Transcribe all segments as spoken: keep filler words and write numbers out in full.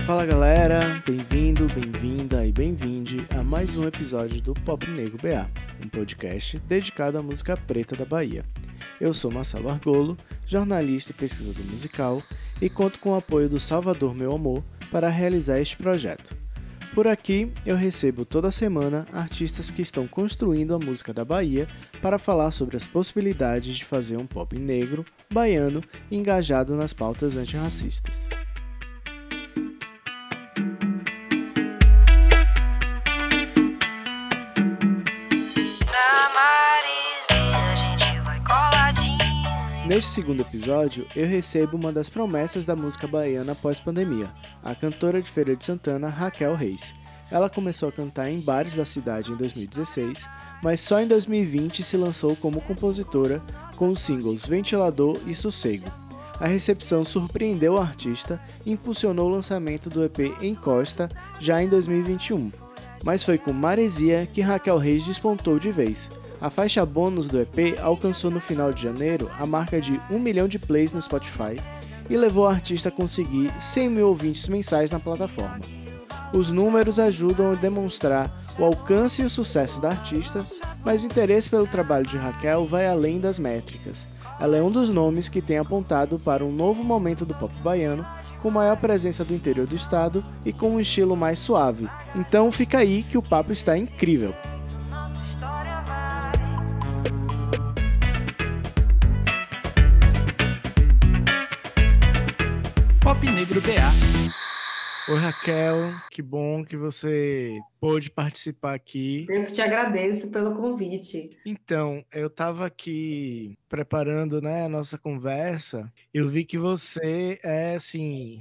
Fala galera, bem-vindo, bem-vinda e bem-vinde a mais um episódio do Pop Negro B A, um podcast dedicado à música preta da Bahia. Eu sou Marcelo Argolo, jornalista e pesquisador musical, e conto com o apoio do Salvador Meu Amor para realizar este projeto. Por aqui, eu recebo toda semana artistas que estão construindo a música da Bahia para falar sobre as possibilidades de fazer um pop negro, baiano e engajado nas pautas antirracistas. Neste segundo episódio, eu recebo uma das promessas da música baiana pós-pandemia, a cantora de Feira de Santana, Raquel Reis. Ela começou a cantar em bares da cidade em dois mil e dezesseis, mas só em dois mil e vinte se lançou como compositora com os singles Ventilador e Sossego. A recepção surpreendeu a artista e impulsionou o lançamento do E P Encosta já em dois mil e vinte e um. Mas foi com Maresia que Raquel Reis despontou de vez. A faixa bônus do E P alcançou no final de janeiro a marca de um milhão de plays no Spotify e levou a artista a conseguir cem mil ouvintes mensais na plataforma. Os números ajudam a demonstrar o alcance e o sucesso da artista, mas o interesse pelo trabalho de Raquel vai além das métricas. Ela é um dos nomes que tem apontado para um novo momento do pop baiano, com maior presença do interior do estado e com um estilo mais suave. Então fica aí que o papo está incrível! Pop Negro B A. Oi Raquel, que bom que você pôde participar aqui. Eu que te agradeço pelo convite. Então, eu estava aqui preparando, né, a nossa conversa, eu vi que você é, assim,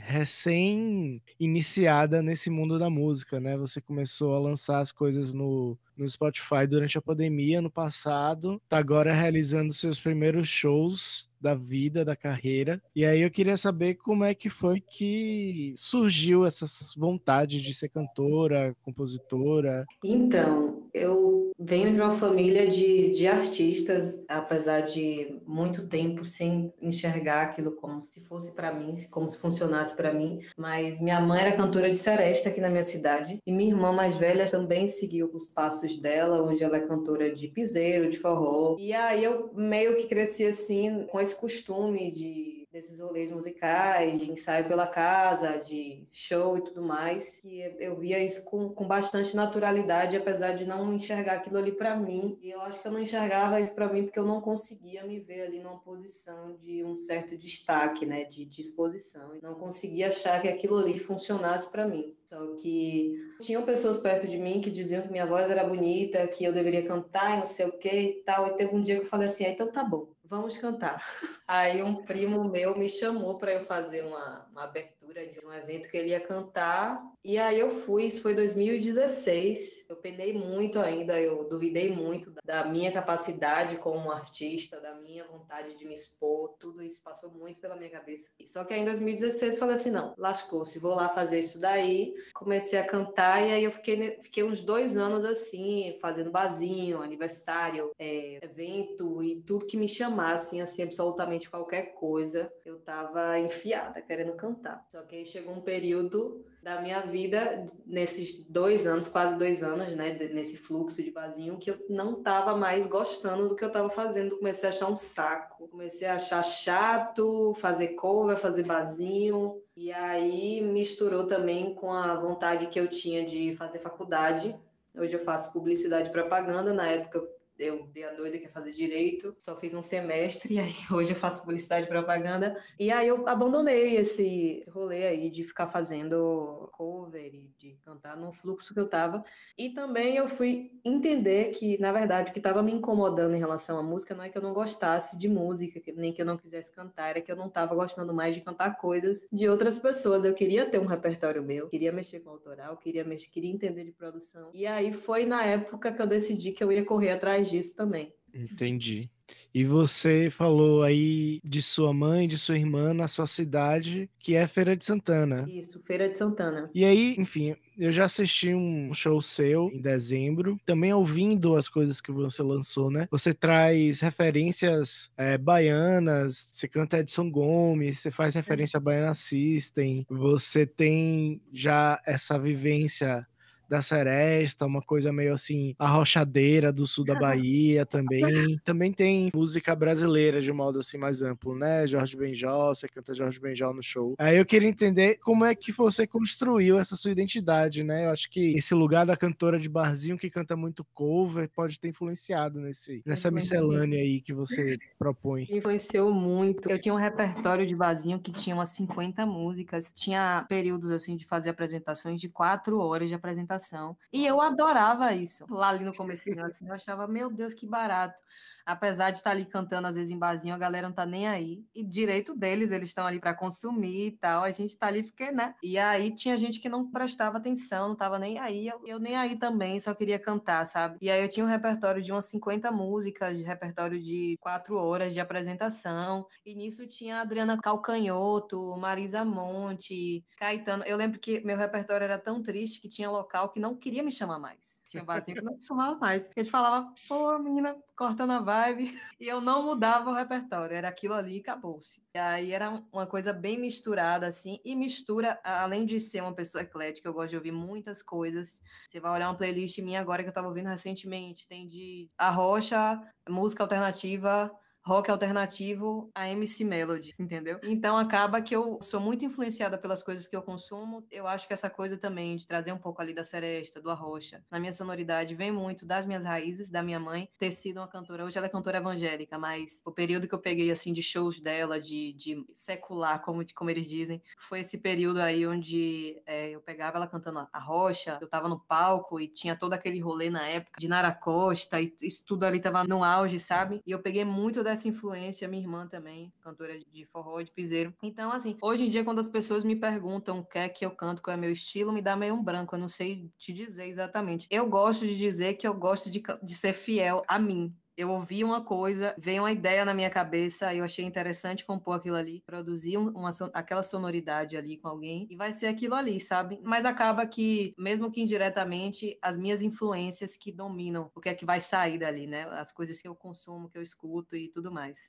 recém-iniciada nesse mundo da música, né? Você começou a lançar as coisas no, no Spotify durante a pandemia, no passado, tá agora realizando seus primeiros shows da vida, da carreira. E aí eu queria saber como é que foi que surgiu essas vontades de ser cantora, compositora. Então, eu venho de uma família de, de artistas, apesar de muito tempo sem enxergar aquilo como se fosse para mim, como se funcionasse para mim. Mas minha mãe era cantora de seresta aqui na minha cidade e minha irmã mais velha também seguiu os passos dela, onde ela é cantora de piseiro, de forró. E aí eu meio que cresci assim com esse costume de desses rolês musicais, de ensaio pela casa, de show e tudo mais, e eu via isso com, com bastante naturalidade, apesar de não enxergar aquilo ali para mim. E eu acho que eu não enxergava isso para mim porque eu não conseguia me ver ali numa posição de um certo destaque, né, de, de exposição. E não conseguia achar que aquilo ali funcionasse para mim. Só que tinham pessoas perto de mim que diziam que minha voz era bonita, que eu deveria cantar e não sei o que e tal. E teve um dia que eu falei assim, ah, então tá bom, vamos cantar. Aí um primo meu me chamou para eu fazer uma, uma abertura de um evento que ele ia cantar. E aí eu fui, isso foi em dois mil e dezesseis. Eu penei muito ainda, eu duvidei muito da minha capacidade como artista, da minha vontade de me expor. Tudo isso passou muito pela minha cabeça. Só que aí em dois mil e dezesseis eu falei assim, não, lascou-se, vou lá fazer isso daí. Comecei a cantar e aí eu fiquei, fiquei uns dois anos assim, fazendo barzinho, aniversário, é, evento e tudo que me chamasse, assim, absolutamente qualquer coisa, eu tava enfiada, querendo cantar. Só que aí chegou um período da minha vida, nesses dois anos, quase dois anos, né, nesse fluxo de barzinho, que eu não tava mais gostando do que eu tava fazendo. Comecei a achar um saco, comecei a achar chato fazer cover, fazer barzinho, e aí misturou também com a vontade que eu tinha de fazer faculdade. Hoje eu faço publicidade e propaganda, na época eu dei a doida que ia fazer direito, só fiz um semestre, e aí hoje eu faço publicidade e propaganda, e aí eu abandonei esse rolê aí de ficar fazendo cover e de cantar no fluxo que eu tava, e também eu fui entender que, na verdade, o que tava me incomodando em relação à música não é que eu não gostasse de música, nem que eu não quisesse cantar, era que eu não tava gostando mais de cantar coisas de outras pessoas. Eu queria ter um repertório meu, queria mexer com autoral, queria mexer, queria entender de produção, e aí foi na época que eu decidi que eu ia correr atrás disso também. Entendi. E você falou aí de sua mãe, de sua irmã na sua cidade, que é Feira de Santana. Isso, Feira de Santana. E aí, enfim, eu já assisti um show seu em dezembro, também ouvindo as coisas que você lançou, né? Você traz referências é, baianas, você canta Edson Gomes, você faz referência a Baiana System, você tem já essa vivência da Seresta, uma coisa meio assim, arrochadeira do sul da Bahia também. Também tem música brasileira de um modo assim mais amplo, né? Jorge Benjol, você canta Jorge Benjol no show. Aí eu queria entender como é que você construiu essa sua identidade, né? Eu acho que esse lugar da cantora de barzinho que canta muito cover pode ter influenciado nesse, nessa Influenciou. miscelânea aí que você propõe. Influenciou muito. Eu tinha um repertório de barzinho que tinha umas cinquenta músicas. Tinha períodos, assim, de fazer apresentações de quatro horas de apresentação. E eu adorava isso. Lá ali no comecinho, assim, eu achava, meu Deus, que barato. Apesar de estar ali cantando, às vezes, em barzinho, a galera não tá nem aí. E direito deles, eles estão ali para consumir e tal. A gente tá ali porque, né? E aí tinha gente que não prestava atenção, não tava nem aí. Eu, eu nem aí também, só queria cantar, sabe? E aí eu tinha um repertório de umas cinquenta músicas, de repertório de quatro horas de apresentação. E nisso tinha a Adriana Calcanhoto, Marisa Monte, Caetano. Eu lembro que meu repertório era tão triste que tinha local que não queria me chamar mais. Tinha barzinho que não me chamava mais. Eles falavam, pô, menina, cortando a vibe. E eu não mudava o repertório, era aquilo ali e acabou-se. E aí era uma coisa bem misturada, assim. E mistura, além de ser uma pessoa eclética, eu gosto de ouvir muitas coisas. Você vai olhar uma playlist minha agora que eu tava ouvindo recentemente. Tem de arrocha, música alternativa, rock alternativo, a M C Melody, entendeu? Então acaba que eu sou muito influenciada pelas coisas que eu consumo. Eu acho que essa coisa também de trazer um pouco ali da seresta, do arrocha, na minha sonoridade vem muito das minhas raízes, da minha mãe ter sido uma cantora. Hoje ela é cantora evangélica, mas o período que eu peguei assim de shows dela, de, de secular, como, como eles dizem, foi esse período aí onde é, eu pegava ela cantando arrocha, eu tava no palco e tinha todo aquele rolê na época de Nara Costa e isso tudo ali tava no auge, sabe? E eu peguei muito dessa essa influência, minha irmã também, cantora de forró, de piseiro. Então, assim, hoje em dia, quando as pessoas me perguntam o que é que eu canto, qual é meu estilo, me dá meio um branco, eu não sei te dizer exatamente. Eu gosto de dizer que eu gosto de, de ser fiel a mim. Eu ouvi uma coisa, veio uma ideia na minha cabeça, eu achei interessante compor aquilo ali, produzir uma, aquela sonoridade ali com alguém, e vai ser aquilo ali, sabe? Mas acaba que, mesmo que indiretamente, as minhas influências que dominam o que é que vai sair dali, né? As coisas que eu consumo, que eu escuto e tudo mais.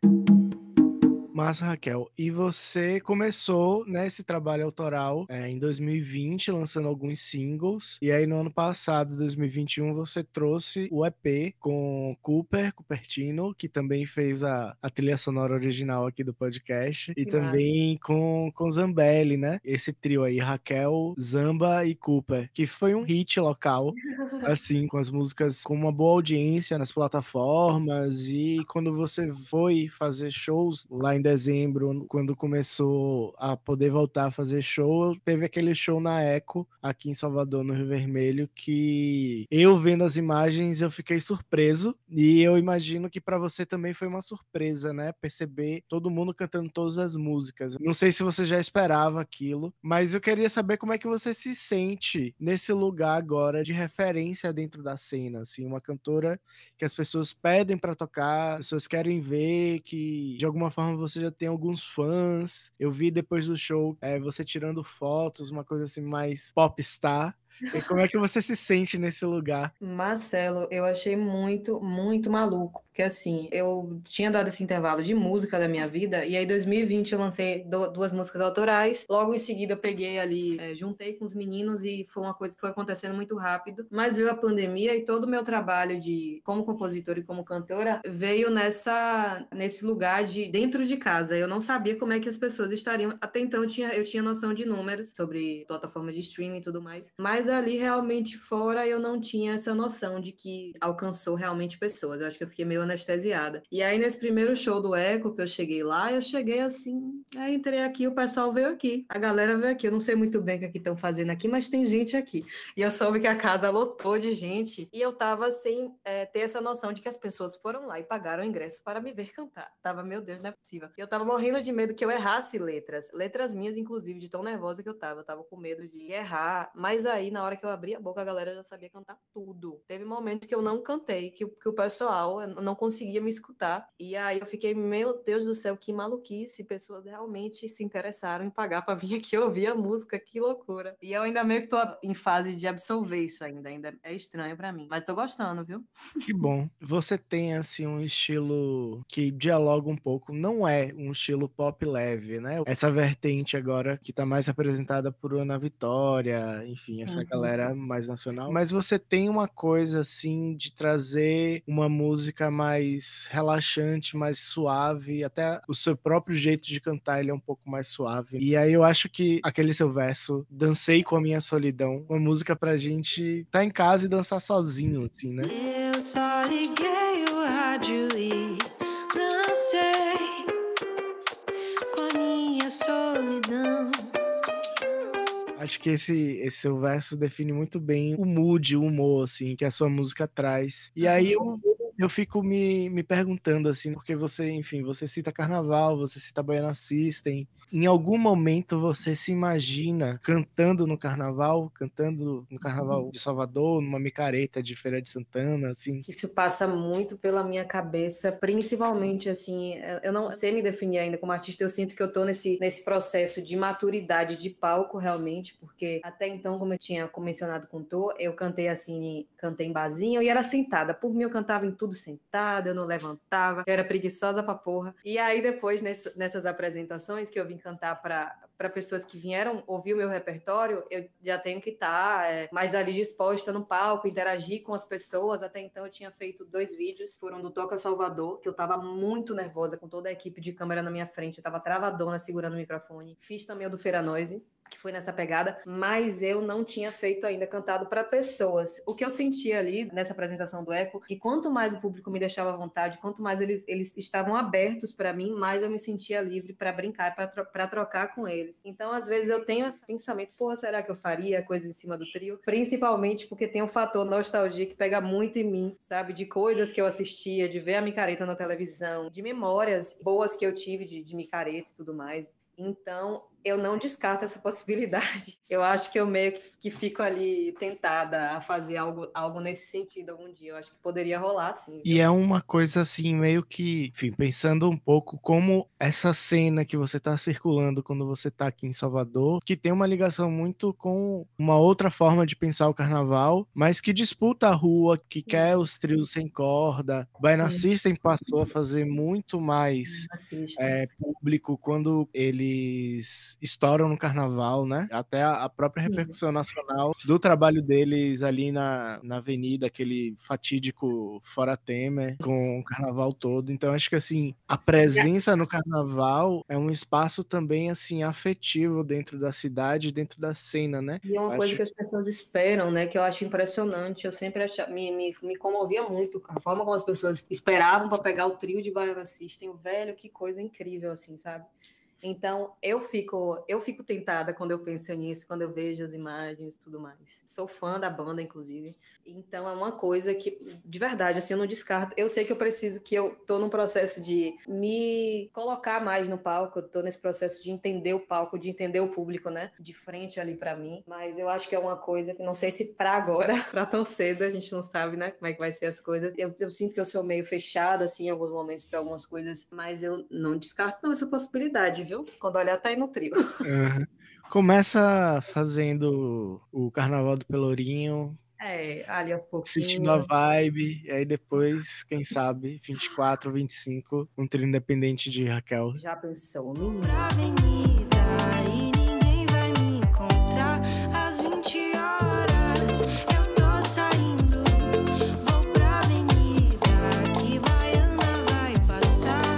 Massa, Raquel. E você começou, né, esse trabalho autoral é, em dois mil e vinte, lançando alguns singles. E aí, no ano passado, dois mil e vinte e um, você trouxe o E P com Cooper, Cupertino, que também fez a, a trilha sonora original aqui do podcast. E Que também com, com Zambelli, né? Esse trio aí, Raquel, Zamba e Cooper, que foi um hit local. Assim, com as músicas com uma boa audiência nas plataformas. E quando você foi fazer shows lá em dezembro, quando começou a poder voltar a fazer show, teve aquele show na Eco, aqui em Salvador, no Rio Vermelho, que eu vendo as imagens eu fiquei surpreso, e eu imagino que para você também foi uma surpresa, né? Perceber todo mundo cantando todas as músicas. Não sei se você já esperava aquilo, mas eu queria saber como é que você se sente nesse lugar agora de referência dentro da cena, assim, uma cantora que as pessoas pedem para tocar, as pessoas querem ver, que de alguma forma você já tem alguns fãs. Eu vi depois do show é, você tirando fotos, uma coisa assim mais popstar. E como é que você se sente nesse lugar? Marcelo, eu achei muito, muito maluco, porque assim, eu tinha dado esse intervalo de música da minha vida, e aí em dois mil e vinte eu lancei do, duas músicas autorais, logo em seguida eu peguei ali, é, juntei com os meninos e foi uma coisa que foi acontecendo muito rápido, mas veio a pandemia e todo o meu trabalho de como compositora e como cantora veio nessa, nesse lugar de dentro de casa, eu não sabia como é que as pessoas estariam, até então eu tinha, eu tinha noção de números sobre plataformas de streaming e tudo mais, mas ali realmente fora eu não tinha essa noção de que alcançou realmente pessoas. Eu acho que eu fiquei meio anestesiada. E aí, nesse primeiro show do Eco, que eu cheguei lá, eu cheguei assim, aí entrei aqui, o pessoal veio aqui. A galera veio aqui. Eu não sei muito bem o que é que estão fazendo aqui, mas tem gente aqui. E eu soube que a casa lotou de gente. E eu tava sem é, ter essa noção de que as pessoas foram lá e pagaram o ingresso para me ver cantar. Tava, meu Deus, não é possível. E eu tava morrendo de medo que eu errasse letras. Letras minhas, inclusive, de tão nervosa que eu tava. Eu tava com medo de errar. Mas aí, na hora que eu abri a boca, a galera já sabia cantar tudo. Teve momentos que eu não cantei, que, que o pessoal não conseguia me escutar. E aí eu fiquei, meu Deus do céu, que maluquice. Pessoas realmente se interessaram em pagar pra vir aqui ouvir a música, que loucura. E eu ainda meio que tô em fase de absorver isso ainda, ainda é estranho pra mim. Mas tô gostando, viu? Que bom. Você tem, assim, um estilo que dialoga um pouco, não é um estilo pop leve, né? Essa vertente agora que tá mais apresentada por Ana Vitória, enfim, essa Sim, sim, galera sim. mais nacional. Mas você tem uma coisa, assim, de trazer uma música mais relaxante, mais suave, até o seu próprio jeito de cantar, ele é um pouco mais suave. E aí eu acho que aquele seu verso, Dancei com a Minha Solidão, uma música pra gente tá em casa e dançar sozinho, assim, né? Eu só liguei o rádio e dancei com a minha solidão. Acho que esse, esse seu verso define muito bem o mood, o humor, assim, que a sua música traz. E aí eu, eu fico me, me perguntando, assim, porque você, enfim, você cita Carnaval, você cita Baiana System. Em algum momento você se imagina cantando no Carnaval, cantando no Carnaval de Salvador, numa micareta de Feira de Santana, assim? Isso passa muito pela minha cabeça, principalmente, assim, eu não sei me definir ainda como artista, eu sinto que eu tô nesse, nesse processo de maturidade de palco, realmente, porque até então, como eu tinha mencionado com o Tô, eu cantei assim, cantei em barzinho e era sentada. Por mim, eu cantava em tudo sentada, eu não levantava, eu era preguiçosa pra porra. E aí, depois, nesse, nessas apresentações que eu vim cantar pra, pra pessoas que vieram ouvir o meu repertório, eu já tenho que estar é, mais ali disposta no palco, interagir com as pessoas. Até então, eu tinha feito dois vídeos, foram do Toca Salvador, que eu tava muito nervosa com toda a equipe de câmera na minha frente, eu tava travadona segurando o microfone. Fiz também o do Feira Noise, que foi nessa pegada, mas eu não tinha feito ainda, cantado para pessoas. O que eu senti ali nessa apresentação do Eco, que quanto mais o público me deixava à vontade, quanto mais eles, eles estavam abertos para mim, mais eu me sentia livre para brincar, para tro trocar com eles. Então, às vezes eu tenho esse pensamento, porra, será que eu faria coisas em cima do trio? Principalmente porque tem um fator nostalgia que pega muito em mim, sabe? De coisas que eu assistia, de ver a micareta na televisão, de memórias boas que eu tive de, de micareta e tudo mais. Então, eu não descarto essa possibilidade. Eu acho que eu meio que, que fico ali tentada a fazer algo, algo nesse sentido algum dia. Eu acho que poderia rolar, sim. E é uma coisa assim, meio que, enfim, pensando um pouco como essa cena que você tá circulando quando você tá aqui em Salvador, que tem uma ligação muito com uma outra forma de pensar o carnaval, mas que disputa a rua, que quer os trios sem corda. Baiana System passou a fazer muito mais é, público quando eles estouram no carnaval, né? Até a, a própria repercussão nacional do trabalho deles ali na, na avenida, aquele fatídico Fora Temer, com o carnaval todo. Então, acho que, assim, a presença no carnaval é um espaço também, assim, afetivo dentro da cidade, dentro da cena, né? E é uma acho... coisa que as pessoas esperam, né? Que eu acho impressionante. Eu sempre achava, me, me, me comovia muito a forma como as pessoas esperavam para pegar o trio de Baiana System. Velho, que coisa incrível, assim, sabe? Então, eu fico, eu fico tentada quando eu penso nisso, quando eu vejo as imagens e tudo mais. Sou fã da banda, inclusive. Então, é uma coisa que, de verdade, assim, eu não descarto. Eu sei que eu preciso, que eu tô num processo de me colocar mais no palco, eu tô nesse processo de entender o palco, de entender o público, né? De frente ali pra mim. Mas eu acho que é uma coisa que, não sei se pra agora, pra tão cedo, a gente não sabe, né? Como é que vai ser as coisas. Eu, eu sinto que eu sou meio fechada, assim, em alguns momentos pra algumas coisas, mas eu não descarto não essa possibilidade, viu? Quando olhar, tá aí no trio. Uhum. Começa fazendo o Carnaval do Pelourinho. É, ali a pouquinho. Sentindo a vibe, e aí depois, quem sabe, vinte e quatro, vinte e cinco, um trio independente de Raquel. Já pensou, menino? Pra avenida e ninguém vai me encontrar às vinte horas. Eu tô saindo, vou pra avenida que Baiana vai passar.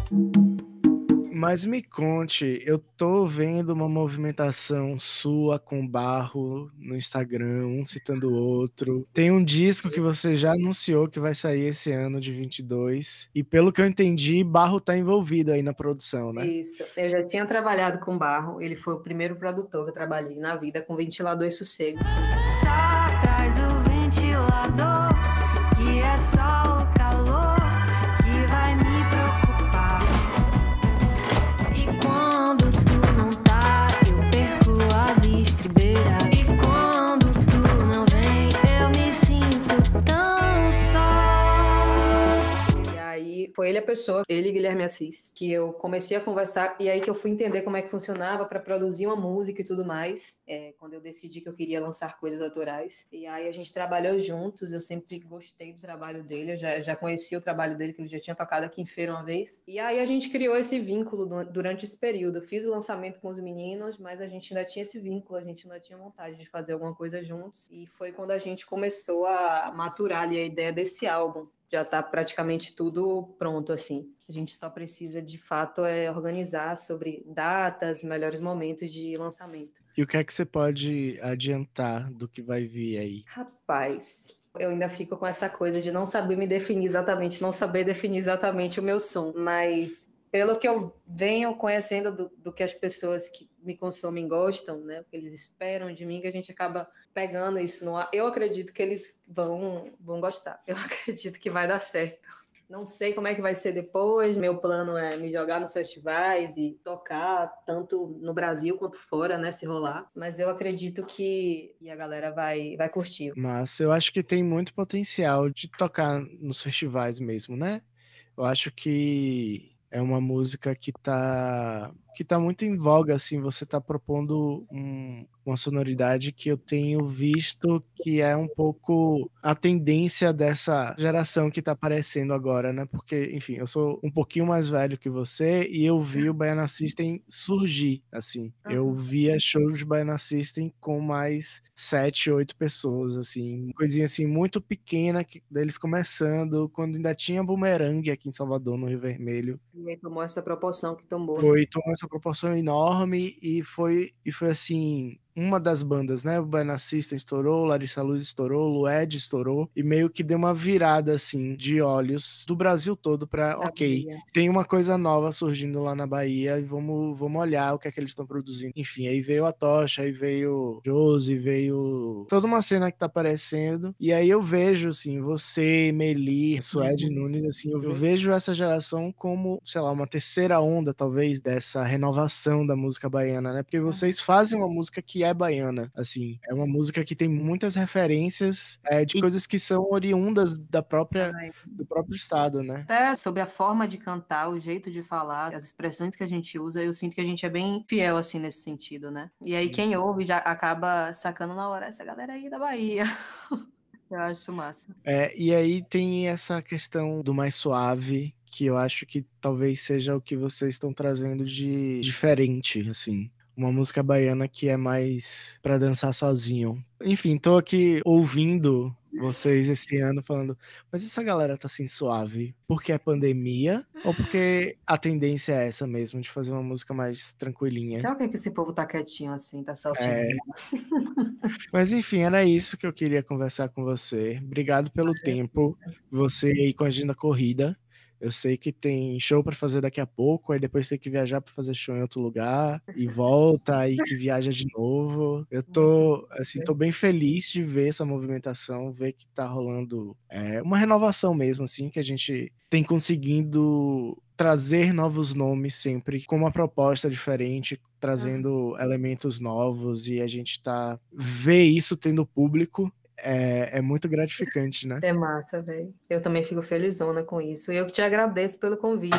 Mas me conte, eu tô vendo uma movimentação sua com Barro no Instagram, um citando o outro. Tem um disco que você já anunciou que vai sair esse ano de vinte e dois. E pelo que eu entendi, Barro tá envolvido aí na produção, né? Isso. Eu já tinha trabalhado com Barro. Ele foi o primeiro produtor que eu trabalhei na vida com Ventilador e Sossego. Só traz o ventilador, que é só o calor que vai me preocupar. E quando tu não tá, eu perco as estribeiras. E quando tu foi ele a pessoa, ele e Guilherme Assis, que eu comecei a conversar, e aí que eu fui entender como é que funcionava para produzir uma música e tudo mais, é, quando eu decidi que eu queria lançar coisas autorais. E aí a gente trabalhou juntos, eu sempre gostei do trabalho dele, eu já, já conhecia o trabalho dele, que ele já tinha tocado aqui em Feira uma vez. E aí a gente criou esse vínculo durante esse período. Eu fiz o lançamento com os meninos, mas a gente ainda tinha esse vínculo, a gente ainda tinha vontade de fazer alguma coisa juntos. E foi quando a gente começou a maturar ali a ideia desse álbum. Já está praticamente tudo pronto, assim. A gente só precisa, de fato, é organizar sobre datas, melhores momentos de lançamento. E o que é que você pode adiantar do que vai vir aí? Rapaz, eu ainda fico com essa coisa de não saber me definir exatamente, não saber definir exatamente o meu som, mas pelo que eu venho conhecendo do, do que as pessoas que me consomem gostam, né, o que eles esperam de mim, que a gente acaba pegando isso no ar. Eu acredito que eles vão, vão gostar, eu acredito que vai dar certo. Não sei como é que vai ser depois, meu plano é me jogar nos festivais e tocar tanto no Brasil quanto fora, né, se rolar, mas eu acredito que a galera vai, vai curtir. Mas eu acho que tem muito potencial de tocar nos festivais mesmo, né? Eu acho que é uma música que tá, que tá muito em voga, assim, você tá propondo um, uma sonoridade que eu tenho visto que é um pouco a tendência dessa geração que tá aparecendo agora, né? Porque, enfim, eu sou um pouquinho mais velho que você e eu vi o Baiana System surgir, assim. Uhum. Eu via shows de Baiana System com mais sete, oito pessoas, assim. Coisinha, assim, muito pequena que, deles começando, quando ainda tinha Boomerang aqui em Salvador, no Rio Vermelho. E aí tomou essa proporção que tomou. Foi, tomou essa proporção enorme e foi, e foi assim, uma das bandas, né? O Baiana System estourou, Larissa Luz estourou, Lued estourou, e meio que deu uma virada, assim, de olhos do Brasil todo pra, ok, Bahia. Tem uma coisa nova surgindo lá na Bahia e vamos, vamos olhar o que é que eles estão produzindo. Enfim, aí veio a Tocha, aí veio Josi, veio toda uma cena que tá aparecendo, e aí eu vejo, assim, você, Meli, Suede uhum. Nunes, assim, eu, eu vejo essa geração como, sei lá, uma terceira onda, talvez, dessa renovação da música baiana, né? Porque vocês fazem uma música que é baiana, assim, é uma música que tem muitas referências é, de e... coisas que são oriundas da própria, do próprio estado, né? É, sobre a forma de cantar, o jeito de falar, as expressões que a gente usa, eu sinto que a gente é bem fiel, assim, nesse sentido, né? E aí quem ouve já acaba sacando na hora, essa galera aí da Bahia. Eu acho massa. É, e aí tem essa questão do mais suave, que eu acho que talvez seja o que vocês estão trazendo de diferente, assim. Uma música baiana que é mais pra dançar sozinho. Enfim, tô aqui ouvindo vocês esse ano falando, mas essa galera tá assim suave porque é pandemia ou porque a tendência é essa mesmo, de fazer uma música mais tranquilinha? Sabe por que esse povo tá quietinho assim, tá saltizinho? É... Mas enfim, era isso que eu queria conversar com você. Obrigado pelo ah, tempo, é. Você aí com a agenda corrida. Eu sei que tem show pra fazer daqui a pouco, aí depois tem que viajar pra fazer show em outro lugar, e volta, aí que viaja de novo. Eu tô, assim, tô bem feliz de ver essa movimentação, ver que tá rolando é, uma renovação mesmo, assim, que a gente tem conseguido trazer novos nomes sempre, com uma proposta diferente, trazendo elementos novos, e a gente tá... ver isso tendo público, É, é muito gratificante, né? É massa, velho. Eu também fico felizona com isso. E eu te agradeço pelo convite.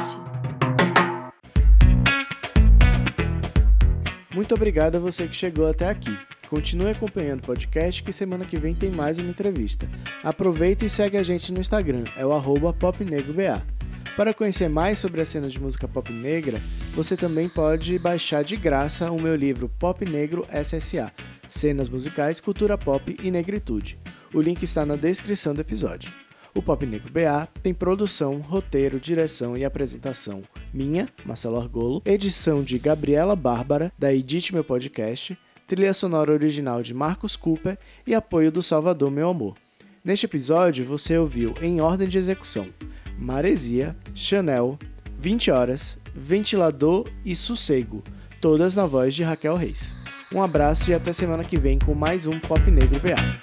Muito obrigado a você que chegou até aqui. Continue acompanhando o podcast, que semana que vem tem mais uma entrevista. Aproveita e segue a gente no Instagram, é o arroba popnegroba. Para conhecer mais sobre a cena de música pop negra, você também pode baixar de graça o meu livro Pop Negro S S A. Cenas musicais, cultura pop e negritude. O link está na descrição do episódio. O Pop Negro B A tem produção, roteiro, direção e apresentação minha, Marcelo Argolo, edição de Gabriela Bárbara, da Edite Meu Podcast, trilha sonora original de Marcos Cooper e apoio do Salvador Meu Amor. Neste episódio você ouviu, em ordem de execução, Maresia, Chanel, vinte horas, Ventilador e Sossego, todas na voz de Raquel Reis. Um abraço e até semana que vem com mais um Pop Negro B A.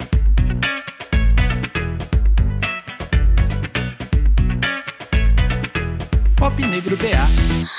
Pop Negro B A.